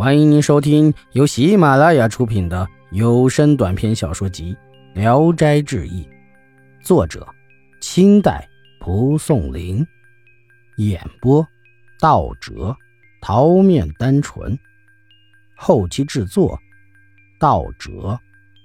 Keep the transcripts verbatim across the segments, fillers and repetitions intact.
欢迎您收听由喜马拉雅出品的有声短篇小说集《聊斋志异》，作者清代蒲松龄，演播道哲、桃面单纯，后期制作道哲。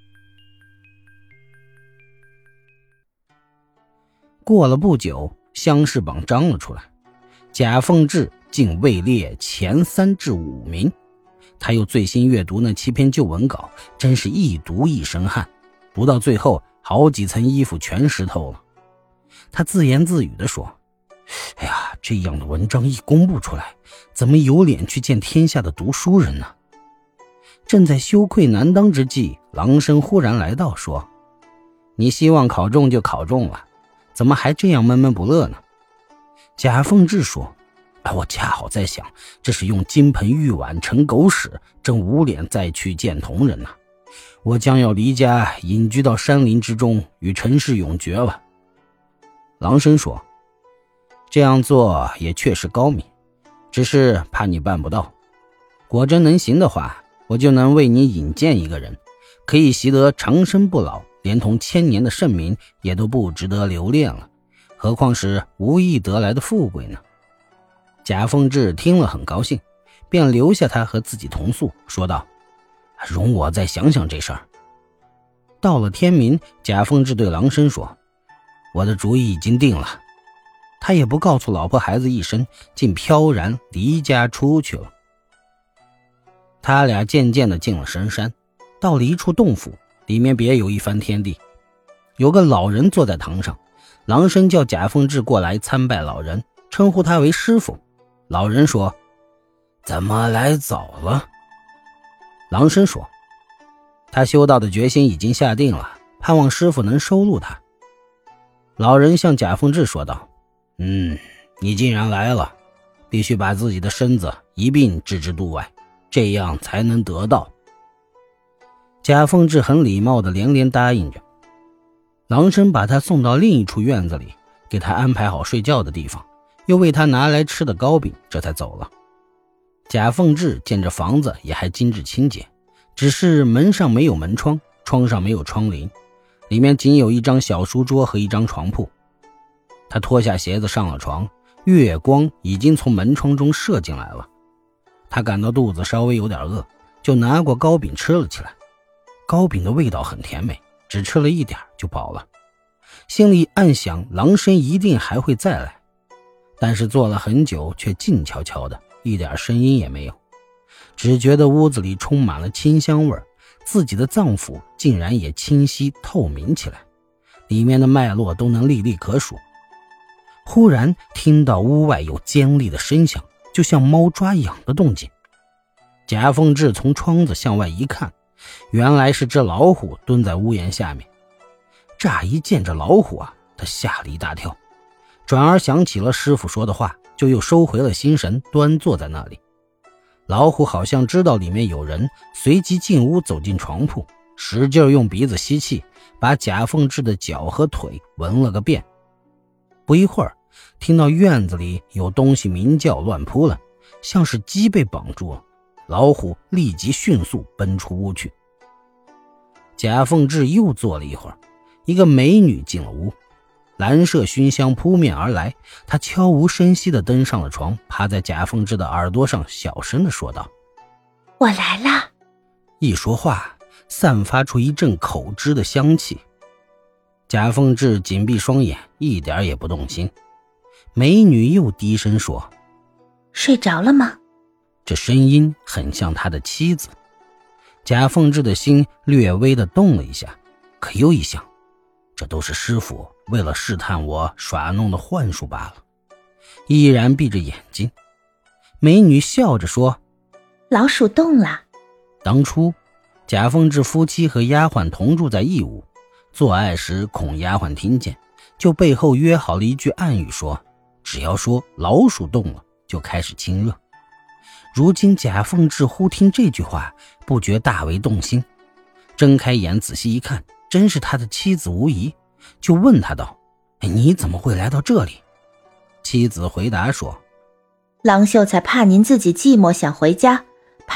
过了不久，乡试榜张了出来，贾凤志竟位列前三至五名。他又最新阅读那七篇旧文稿，真是一读一身汗，读到最后好几层衣服全湿透了。他自言自语地说，哎呀，这样的文章一公布出来，怎么有脸去见天下的读书人呢？正在羞愧难当之际，郎生忽然来到说，你希望考中就考中了，怎么还这样闷闷不乐呢？贾凤志说，我恰好在想，这是用金盆玉碗盛狗屎，真无脸再去见同人呐、啊！我将要离家隐居到山林之中，与尘世永绝了。郎生说，这样做也确实高明，只是怕你办不到。果真能行的话，我就能为你引荐一个人，可以习得长生不老，连同千年的盛名也都不值得留恋了，何况是无意得来的富贵呢？贾凤志听了很高兴，便留下他和自己同宿，说道，容我再想想这事儿。到了天明，贾凤志对郎生说，我的主意已经定了。他也不告诉老婆孩子一声，竟飘然离家出去了。他俩渐渐地进了深山，到了一处洞府，里面别有一番天地。有个老人坐在堂上，郎生叫贾凤志过来参拜老人，称呼他为师傅。老人说，怎么来早了？郎生说，他修道的决心已经下定了，盼望师傅能收录他。老人向贾凤志说道，嗯，你既然来了，必须把自己的身子一并置之度外，这样才能得道。贾凤志很礼貌地连连答应着。郎生把他送到另一处院子里，给他安排好睡觉的地方，又为他拿来吃的糕饼，这才走了。贾凤志见这房子也还精致清洁，只是门上没有门窗，窗上没有窗棂，里面仅有一张小书桌和一张床铺。他脱下鞋子上了床，月光已经从门窗中射进来了。他感到肚子稍微有点饿，就拿过糕饼吃了起来。糕饼的味道很甜美，只吃了一点就饱了，心里暗想郎生一定还会再来，但是坐了很久却静悄悄的，一点声音也没有，只觉得屋子里充满了清香味，自己的脏腑竟然也清晰透明起来，里面的脉络都能历历可数。忽然听到屋外有尖利的声响，就像猫抓痒的动静。贾凤志从窗子向外一看，原来是只老虎蹲在屋檐下面。乍一见这老虎啊，他吓了一大跳，转而想起了师傅说的话，就又收回了心神，端坐在那里。老虎好像知道里面有人，随即进屋走进床铺，使劲用鼻子吸气，把贾凤志的脚和腿闻了个遍。不一会儿，听到院子里有东西鸣叫乱扑了，像是鸡被绑住了。老虎立即迅速奔出屋去。贾凤志又坐了一会儿，一个美女进了屋，蓝麝熏香扑面而来，她悄无声息地登上了床，趴在贾凤志的耳朵上小声地说道， 我来了。 一说话散发出一阵口脂的香气。贾凤志紧闭双眼，一点也不动心。美女又低声说， 睡着了吗？ 这声音很像他的妻子。贾凤志的心略微地动了一下，可又一想，这都是师傅为了试探我耍弄的幻术罢了，依然闭着眼睛。美女笑着说， 老鼠动了。 当初贾凤志夫妻和丫鬟同住在一屋，做爱时恐丫鬟听见，就背后约好了一句暗语，说只要说老鼠动了就开始亲热。如今贾凤志忽听这句话，不觉大为动心，睁开眼仔细一看，真是他的妻子无疑，就问他道，你怎么会来到这里？妻子回答说， 郎秀才怕您自己寂寞想回家，派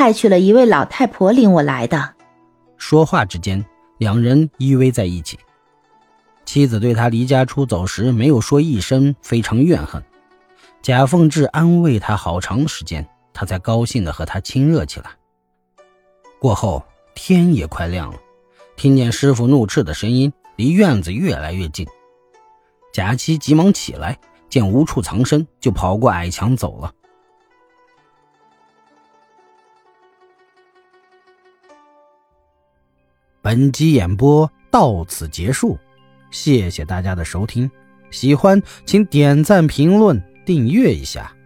派去了一位老太婆领我来的。 说话之间，两人依偎在一起。妻子对他离家出走时没有说一声，非常怨恨。贾凤志安慰他好长时间，他才高兴地和他亲热起来。过后天也快亮了，听见师傅怒斥的声音离院子越来越近。贾妻急忙起来，见无处藏身，就跑过矮墙走了。本集演播到此结束，谢谢大家的收听，喜欢请点赞评论订阅一下。